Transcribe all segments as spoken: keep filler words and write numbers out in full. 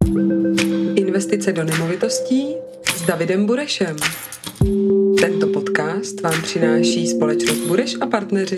Investice do nemovitostí s Davidem Burešem. Tento podcast vám přináší společnost Bureš a partneři.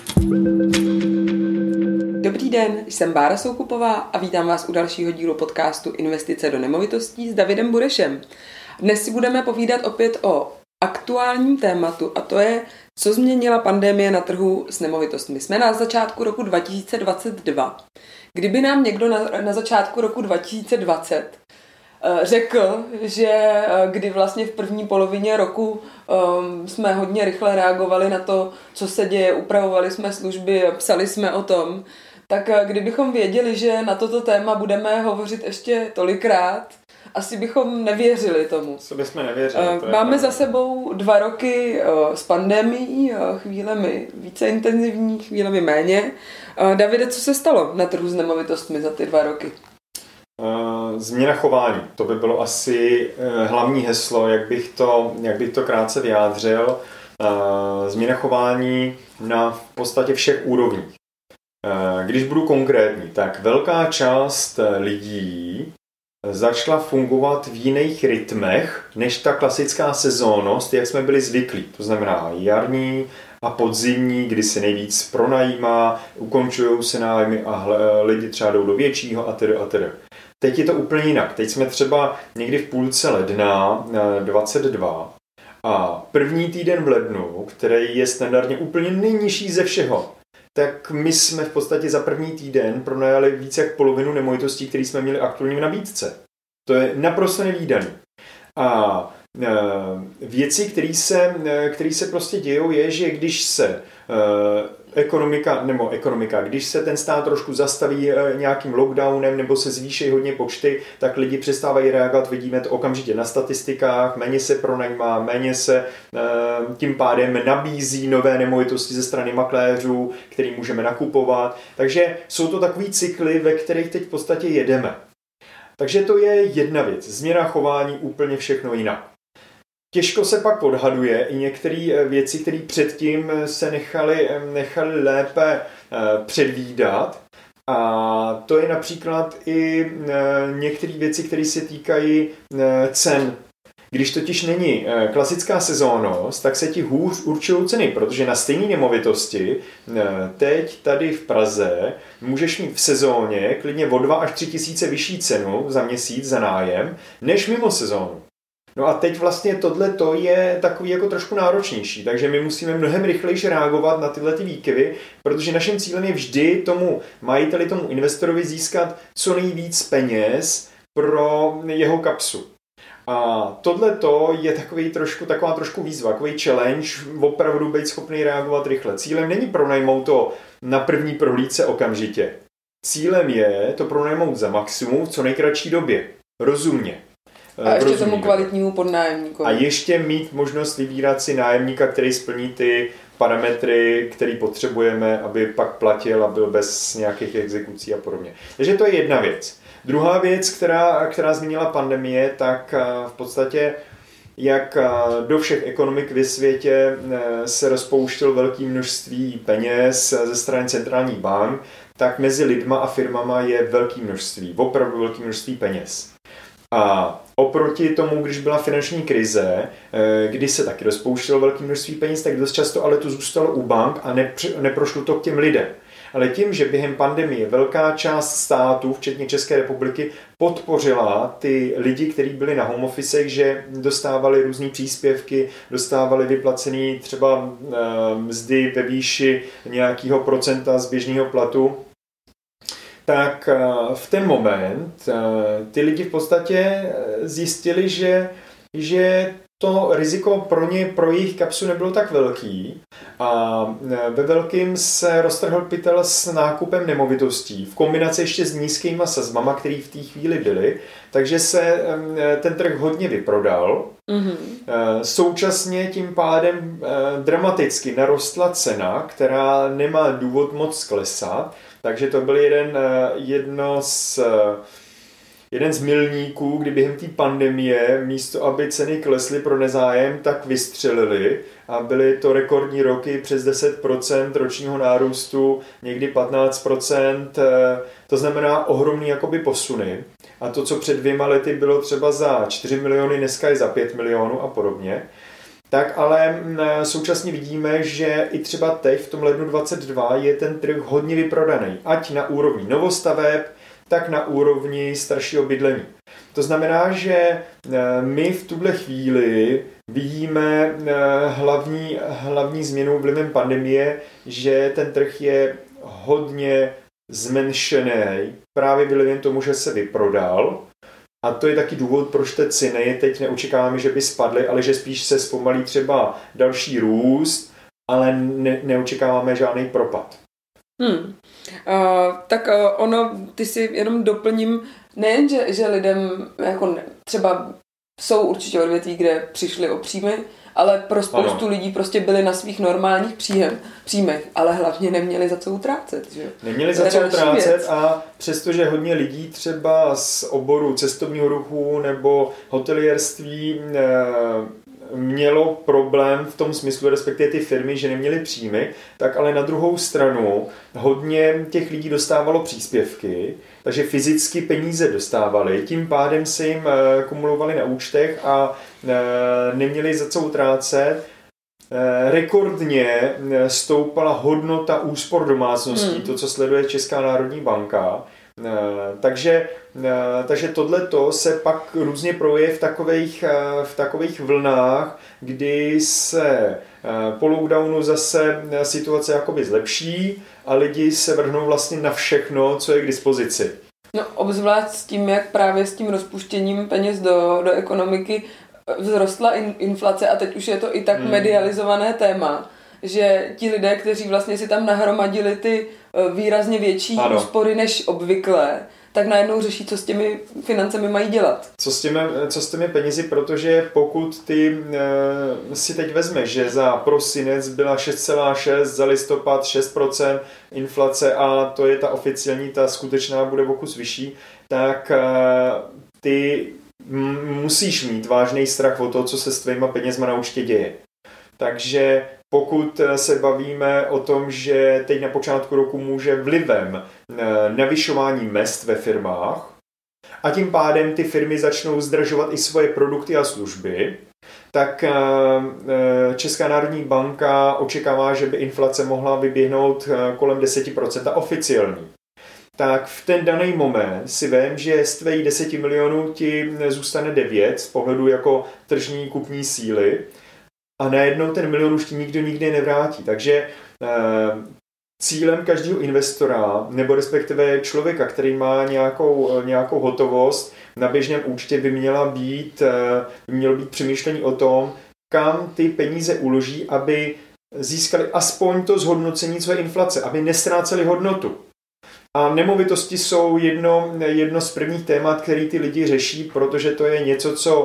Dobrý den, jsem Bára Soukupová a vítám vás u dalšího dílu podcastu Investice do nemovitostí s Davidem Burešem. Dnes si budeme povídat opět o aktuálním tématu a to je, co změnila pandemie na trhu s nemovitostmi. Jsme na začátku roku dva tisíce dvacet dva. Kdyby nám někdo na, na začátku roku dva tisíce dvacet řekl, že kdy vlastně v první polovině roku um, jsme hodně rychle reagovali na to, co se děje, upravovali jsme služby, psali jsme o tom, tak kdybychom věděli, že na toto téma budeme hovořit ještě tolikrát, asi bychom nevěřili tomu. Co bychom nevěřili? To Máme za sebou dva roky s pandemií, chvílemi více intenzivní, chvílemi méně. Davide, co se stalo na trhu s nemovitostmi za ty dva roky? Změna chování. To by bylo asi hlavní heslo, jak bych to, jak bych to krátce vyjádřil. Změna chování na v podstatě všech úrovních. Když budu konkrétní, tak velká část lidí začala fungovat v jiných rytmech než ta klasická sezónnost, jak jsme byli zvyklí. To znamená jarní a podzimní, kdy se nejvíc pronajímá, ukončují se nájmy a lidi třeba jdou do většího a tedy a tedy. Teď je to úplně jinak. Teď jsme třeba někdy v půlce ledna dvacet dva a první týden v lednu, který je standardně úplně nejnižší ze všeho, tak my jsme v podstatě za první týden pronajali více jak polovinu nemovitostí, které jsme měli aktuálně v nabídce. To je naprosto nevídané. A e, věci, které se, které se prostě dějou, je, že když se e, ekonomika, nebo ekonomika, když se ten stát trošku zastaví e, nějakým lockdownem nebo se zvýší hodně počty, tak lidi přestávají reagovat, vidíme to okamžitě na statistikách, méně se pronajímá, méně se e, tím pádem nabízí nové nemovitosti ze strany makléřů, který můžeme nakupovat. Takže jsou to takový cykly, ve kterých teď v podstatě jedeme. Takže to je jedna věc. Změna chování, úplně všechno jinak. Těžko se pak odhaduje i některé věci, které předtím se nechaly, nechaly lépe předvídat. A to je například i některé věci, které se týkají cen. Když totiž není klasická sezónnost, tak se ti hůř určují ceny, protože na stejné nemovitosti teď tady v Praze můžeš mít v sezóně klidně o dva až tři tisíce vyšší cenu za měsíc za nájem, než mimo sezónu. No a teď vlastně tohleto je takový jako trošku náročnější, takže my musíme mnohem rychlejší reagovat na tyhle ty výkyvy, protože naším cílem je vždy tomu majiteli, tomu investorovi získat co nejvíc peněz pro jeho kapsu. A tohleto je takový trošku, taková trošku výzva, takový challenge, opravdu být schopný reagovat rychle. Cílem není pronajmout to na první prohlídce okamžitě. Cílem je to pronajmout za maximum v co nejkratší době. Rozumně. A ještě tomu kvalitnímu podnájemníkovi. A ještě mít možnost vybírat si nájemníka, který splní ty parametry, který potřebujeme, aby pak platil a byl bez nějakých exekucí a podobně. Takže to je jedna věc. Druhá věc, která, která změnila pandemie, tak v podstatě jak do všech ekonomik ve světě se rozpouštělo velké množství peněz ze strany centrálních bank, tak mezi lidma a firmama je velké množství, opravdu velké množství peněz. A oproti tomu, když byla finanční krize, kdy se taky rozpouštělo velké množství peněz, tak dost často ale to zůstalo u bank a nepři, neprošlo to k těm lidem. Ale tím, že během pandemie velká část států, včetně České republiky, podpořila ty lidi, kteří byli na home office, že dostávali různý příspěvky, dostávali vyplacený třeba e, mzdy ve výši nějakého procenta z běžného platu, tak e, v ten moment e, ty lidi v podstatě zjistili, že, že to riziko pro ně, pro jejich kapsu nebylo tak velký a ve velkým se roztrhl pytel s nákupem nemovitostí v kombinaci ještě s nízkýma sazbama, který v té chvíli byly, takže se ten trh hodně vyprodal. Mm-hmm. Současně tím pádem dramaticky narostla cena, která nemá důvod moc klesat, takže to byl jeden, jedno z jeden z milníků, kdy během té pandemie místo, aby ceny klesly pro nezájem, tak vystřelily a byly to rekordní roky přes deset procent ročního nárůstu, někdy patnáct procent, to znamená ohromný jakoby posuny. A to, co před dvěma lety bylo třeba za čtyři miliony, dneska je za pět milionů a podobně. Tak ale současně vidíme, že i třeba teď v tom lednu dvacet dva je ten trh hodně vyprodaný, ať na úrovni novostaveb, tak na úrovni staršího bydlení. To znamená, že my v tuhle chvíli vidíme hlavní, hlavní změnu vlivem pandemie, že ten trh je hodně zmenšený právě vlivem tomu, že se vyprodal. A to je taky důvod, proč ty ceny teď neočekáváme, že by spadly, ale že spíš se zpomalí třeba další růst, ale ne, neočekáváme žádný propad. Hmm. Uh, tak uh, ono, ty si jenom doplním, nejen, že, že lidem jako ne, třeba jsou určitě odvětví, kde přišli o příjmy, ale pro spoustu ano. lidí prostě byli na svých normálních příjem, příjmech, ale hlavně neměli za co utrácet. Že? Neměli za co utrácet a přestože hodně lidí třeba z oboru cestovního ruchu nebo hotelierství mělo problém v tom smyslu, respektive ty firmy, že neměly příjmy, tak ale na druhou stranu hodně těch lidí dostávalo příspěvky, takže fyzicky peníze dostávali, tím pádem se jim kumulovali na účtech a neměli za co utrácet. Rekordně stoupala hodnota úspor domácností, hmm. to, co sleduje Česká národní banka. Takže, takže tohleto se pak různě projeví v takových, v takových vlnách, kdy se po lockdownu zase situace jakoby zlepší a lidi se vrhnou vlastně na všechno, co je k dispozici. No, obzvlášť s tím, jak právě s tím rozpuštěním peněz do, do ekonomiky vzrostla in, inflace a teď už je to i tak hmm. medializované téma, že ti lidé, kteří vlastně si tam nahromadili ty výrazně větší ano. úspory než obvykle, tak najednou řeší, co s těmi financemi mají dělat. Co s těmi, co s těmi penězi, protože pokud ty e, si teď vezmeš, že za prosinec byla šest celá šest, za listopad šest procent inflace a to je ta oficiální, ta skutečná bude o kus vyšší, tak e, ty m- musíš mít vážný strach o to, co se s tvýma penězma na účtě děje. Takže pokud se bavíme o tom, že teď na počátku roku může vlivem navyšování mezd ve firmách a tím pádem ty firmy začnou zdražovat i svoje produkty a služby, tak Česká národní banka očekává, že by inflace mohla vyběhnout kolem deset procent oficiální. Tak v ten daný moment si vem, že z tvých deseti milionů ti zůstane devět z pohledu jako tržní kupní síly, a najednou ten milion už ti nikdo nikdy nevrátí. Takže e, cílem každého investora, nebo respektive člověka, který má nějakou, nějakou hotovost, na běžném účtě by měla být, e, by mělo být přemýšlení o tom, kam ty peníze uloží, aby získali aspoň to zhodnocení své inflace, aby nestráceli hodnotu. A nemovitosti jsou jedno, jedno z prvních témat, který ty lidi řeší, protože to je něco, co,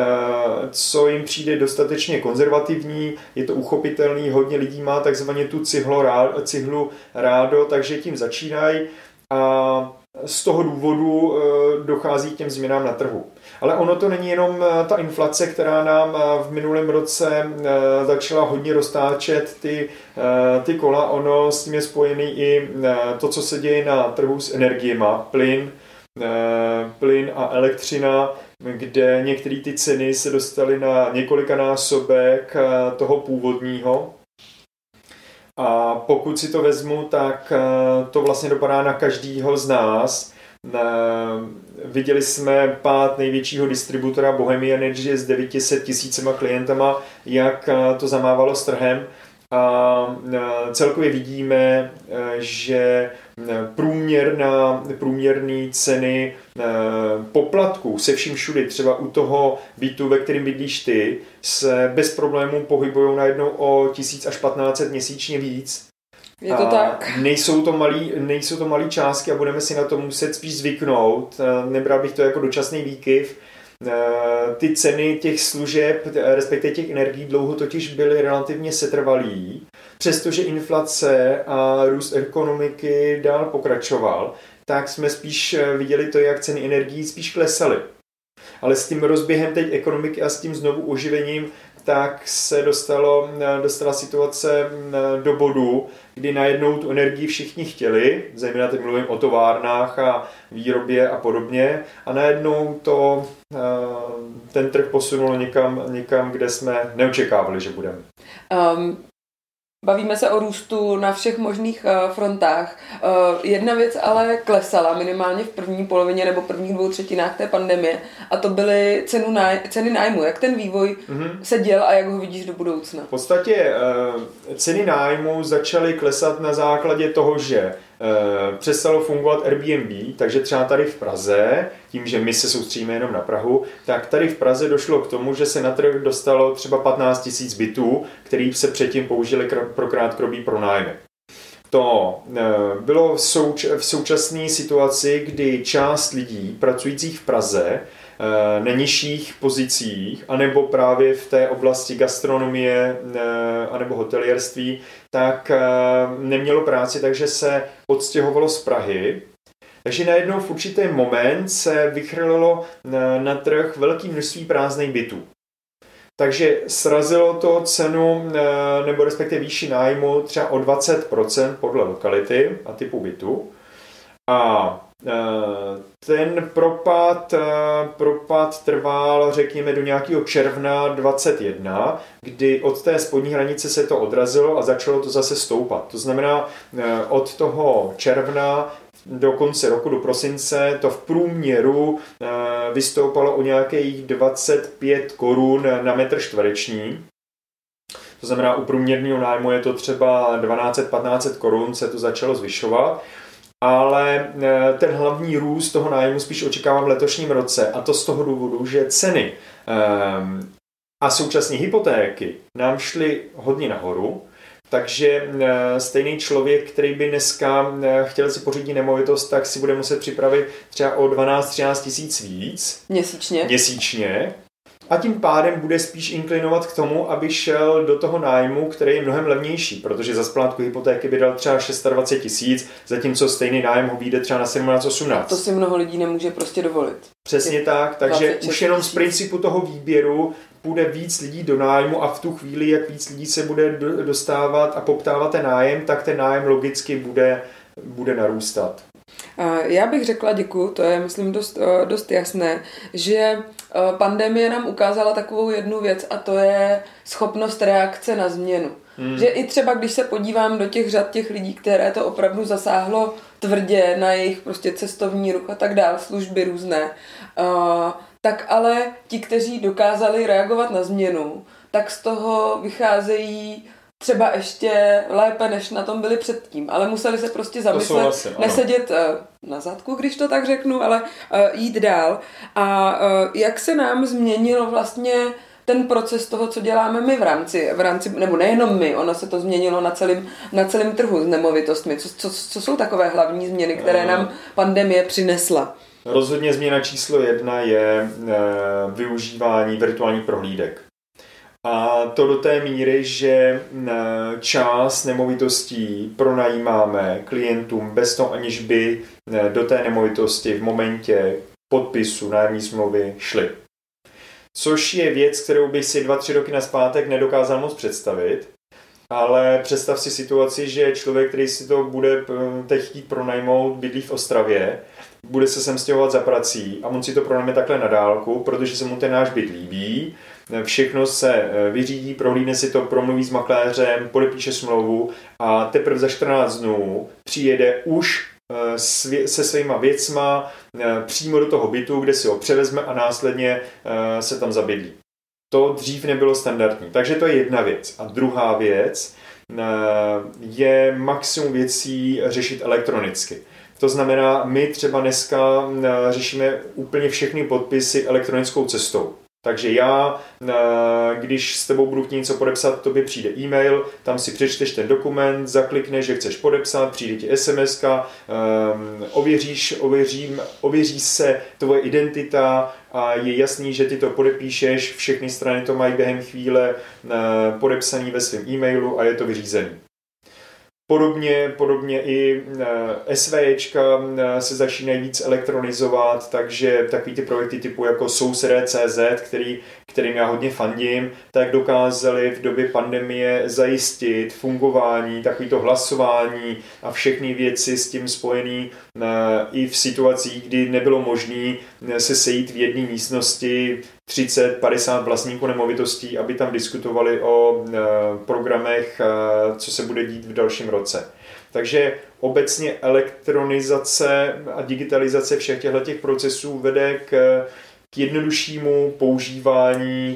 co jim přijde dostatečně konzervativní, je to uchopitelný, hodně lidí má takzvaně tu cihlu, cihlu rádo, takže tím začínají a z toho důvodu dochází k těm změnám na trhu. Ale ono to není jenom ta inflace, která nám v minulém roce začala hodně roztáčet ty, ty kola. Ono s tím je spojený i to, co se děje na trhu s energiema, plyn, plyn a elektřina, kde některé ty ceny se dostaly na několikanásobek toho původního. A pokud si to vezmu, tak to vlastně dopadá na každýho z nás. Viděli jsme pád největšího distributora Bohemia Energy s devět set tisícema klientama, jak to zamávalo s trhem. A celkově vidíme, že průměrná, průměrný ceny poplatků se vším všudy, třeba u toho bytu, ve kterém bydlíš ty, se bez problémů pohybují najednou o tisíc až patnáct set měsíčně víc. Je to a tak. Nejsou to, malý, nejsou to malý částky a budeme si na to muset spíš zvyknout. Nebral bych to jako dočasný výkyv. Ty ceny těch služeb, respektive těch energií, dlouho totiž byly relativně setrvalý, přestože inflace a růst ekonomiky dál pokračoval, tak jsme spíš viděli to, jak ceny energií spíš klesaly. Ale s tím rozběhem teď ekonomiky a s tím znovu oživením, tak se dostalo, dostala situace do bodu, kdy najednou tu energii všichni chtěli, zejména teď mluvím o továrnách a výrobě a podobně, a najednou to, ten trh posunul někam, někam, kde jsme neočekávali, že budeme. Um. Bavíme se o růstu na všech možných uh, frontách. Uh, jedna věc ale klesala minimálně v první polovině nebo prvních dvou třetinách té pandemie a to byly cenu náj- ceny nájmu. Jak ten vývoj mm-hmm. se děl a jak ho vidíš do budoucna? V podstatě uh, ceny nájmu začaly klesat na základě toho, že Uh, přestalo fungovat Airbnb, takže třeba tady v Praze, tím, že my se soustředíme jenom na Prahu, tak tady v Praze došlo k tomu, že se na trh dostalo třeba patnáct tisíc bytů, který se předtím použili pro krátkodobý pronájmy. To uh, bylo v, souč- v současné situaci, kdy část lidí pracujících v Praze na nižších pozicích, anebo právě v té oblasti gastronomie anebo hotelierství, tak nemělo práci, takže se odstěhovalo z Prahy. Takže najednou v určitý moment se vychrlilo na trh velké množství prázdných bytů. Takže srazilo to cenu, nebo respektive výši nájmu třeba o dvacet procent podle lokality a typu bytu. A ten propad, propad trval, řekněme, do nějakého června dvacet jedna, kdy od té spodní hranice se to odrazilo a začalo to zase stoupat. To znamená, od toho června do konce roku, do prosince, to v průměru vystoupalo o nějakých dvacet pět korun na metr čtvereční. To znamená, u průměrného nájmu je to třeba dvanáct set patnáct set korun, se to začalo zvyšovat. Ale ten hlavní růst toho nájmu spíš očekávám v letošním roce, a to z toho důvodu, že ceny um, a současně hypotéky nám šly hodně nahoru, takže uh, stejný člověk, který by dneska uh, chtěl si pořídit nemovitost, tak si bude muset připravit třeba o dvanáct třináct tisíc víc. Měsíčně. Měsíčně. A tím pádem bude spíš inklinovat k tomu, aby šel do toho nájmu, který je mnohem levnější, protože za splátku hypotéky by dal třeba dvacet šest tisíc, zatímco stejný nájem ho vyjde třeba na sedmnáct osmnáct. To si mnoho lidí nemůže prostě dovolit. Přesně tak, takže už jenom z principu toho výběru bude víc lidí do nájmu a v tu chvíli, jak víc lidí se bude dostávat a poptávat ten nájem, tak ten nájem logicky bude, bude narůstat. Já bych řekla, děkuju, to je, myslím, dost, dost jasné, že pandemie nám ukázala takovou jednu věc a to je schopnost reakce na změnu. Hmm. Že i třeba, když se podívám do těch řad těch lidí, které to opravdu zasáhlo tvrdě na jejich prostě cestovní ruch a tak dále, služby různé, tak ale ti, kteří dokázali reagovat na změnu, tak z toho vycházejí třeba ještě lépe, než na tom byli předtím, ale museli se prostě zamyslet, asi, nesedět uh, na zadku, když to tak řeknu, ale uh, jít dál. A uh, jak se nám změnil vlastně ten proces toho, co děláme my v rámci, v rámci nebo nejenom my, ono se to změnilo na celém, na celém trhu s nemovitostmi. Co, co, co jsou takové hlavní změny, které nám pandemie přinesla? Rozhodně změna číslo jedna je uh, využívání virtuálních prohlídek. A to do té míry, že část nemovitostí pronajímáme klientům bez toho, aniž by do té nemovitosti v momentě podpisu nájemní smlouvy šli. Což je věc, kterou bych si dva, tři roky nazpátek nedokázal moc představit, ale představ si situaci, že člověk, který si to bude teď chtít pronajmout, bydlí v Ostravě, bude se sem stěhovat za prací a on si to pronajme takhle na dálku, protože se mu ten náš byt líbí, všechno se vyřídí, prohlídne si to, promluví s makléřem, podepíše smlouvu a teprve za čtrnáct dnů přijede už se svýma věcma přímo do toho bytu, kde si ho převezme a následně se tam zabydlí. To dřív nebylo standardní. Takže to je jedna věc. A druhá věc je maximum věcí řešit elektronicky. To znamená, my třeba dneska řešíme úplně všechny podpisy elektronickou cestou. Takže já, když s tebou budu chtít něco podepsat, tobě přijde e-mail, tam si přečteš ten dokument, zaklikneš, že chceš podepsat, přijde ti es em eska, ověříš, ověřím, ověří se tvoje identita a je jasný, že ty to podepíšeš, všechny strany to mají během chvíle podepsaný ve svém e-mailu a je to vyřízený. Podobně, podobně i SVčka se začínají víc elektronizovat, takže takový ty projekty typu jako Soused tečka cé zet, který, kterým já hodně fandím, tak dokázali v době pandemie zajistit fungování, takovýto hlasování a všechny věci s tím spojený i v situacích, kdy nebylo možné se sejít v jedné místnosti třicet padesát vlastníků nemovitostí, aby tam diskutovali o programech, co se bude dít v dalším roce. Takže obecně elektronizace a digitalizace všech těchto procesů vede k, k jednoduššímu používání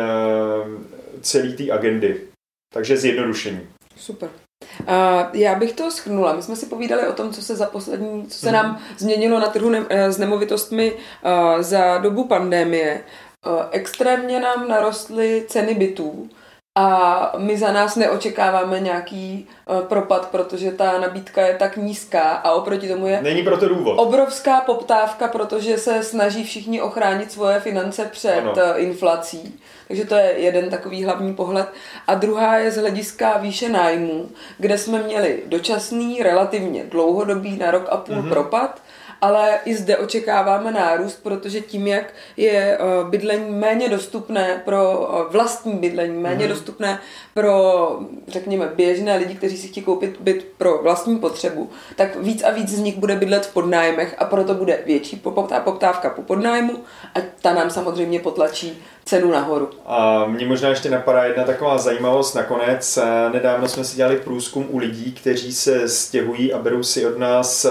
celé té agendy. Takže zjednodušení. Super. Uh, já bych to shrnula. My jsme si povídali o tom, co se za poslední, co se nám mm. změnilo na trhu ne, s nemovitostmi uh, za dobu pandemie. Uh, extrémně nám narostly ceny bytů a my za nás neočekáváme nějaký uh, propad, protože ta nabídka je tak nízká a oproti tomu je Není proto důvod. Obrovská poptávka, protože se snaží všichni ochránit svoje finance před ano. inflací. Takže to je jeden takový hlavní pohled. A druhá je z hlediska výše nájmu, kde jsme měli dočasný, relativně dlouhodobý, na rok a půl mm-hmm. propad, ale i zde očekáváme nárůst, protože tím, jak je bydlení méně dostupné pro vlastní bydlení, méně mm-hmm. dostupné pro, řekněme, běžné lidi, kteří si chtějí koupit byt pro vlastní potřebu, tak víc a víc z nich bude bydlet v podnájmech a proto bude větší poptávka po podnájmu a ta nám samozřejmě potlačí cenu nahoru. A mně možná ještě napadá jedna taková zajímavost nakonec. Nedávno jsme si dělali průzkum u lidí, kteří se stěhují a berou si od nás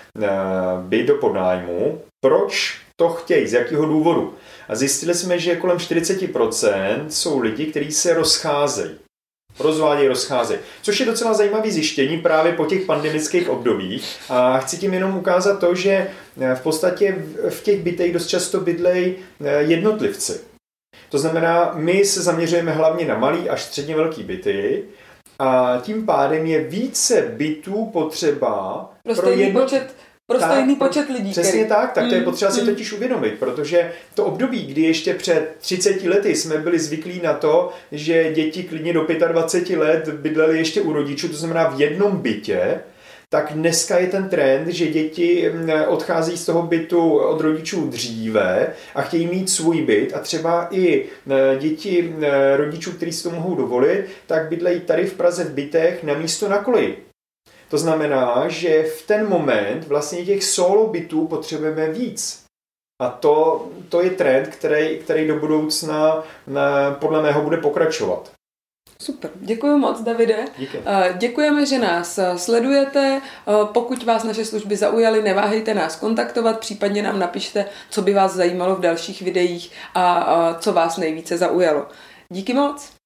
byt do podnájmu. Proč to chtějí? Z jakého důvodu? A zjistili jsme, že kolem čtyřicet procent jsou lidi, kteří se rozcházejí. Rozvádějí, rozcházejí. Což je docela zajímavé zjištění právě po těch pandemických obdobích. A chci tím jenom ukázat to, že v podstatě v těch bytech dost často bydlejí jednotlivci. To znamená, my se zaměřujeme hlavně na malý až středně velký byty a tím pádem je více bytů potřeba pro stejný jedno... počet Pro stejný počet lidí. Přesně který... tak, tak to je potřeba mm, si totiž uvědomit, protože to období, kdy ještě před třiceti lety jsme byli zvyklí na to, že děti klidně do dvaceti pěti let bydleli ještě u rodičů, to znamená v jednom bytě, tak dneska je ten trend, že děti odchází z toho bytu od rodičů dříve a chtějí mít svůj byt a třeba i děti rodičů, kteří si to mohou dovolit, tak bydlejí tady v Praze v bytech na místo na koleji. To znamená, že v ten moment vlastně těch solo bytů potřebujeme víc. A to, to je trend, který, který do budoucna podle mého bude pokračovat. Super, děkuji moc, Davide. Díky. Děkujeme, že nás sledujete. Pokud vás naše služby zaujaly, neváhejte nás kontaktovat, případně nám napište, co by vás zajímalo v dalších videích a co vás nejvíce zaujalo. Díky moc.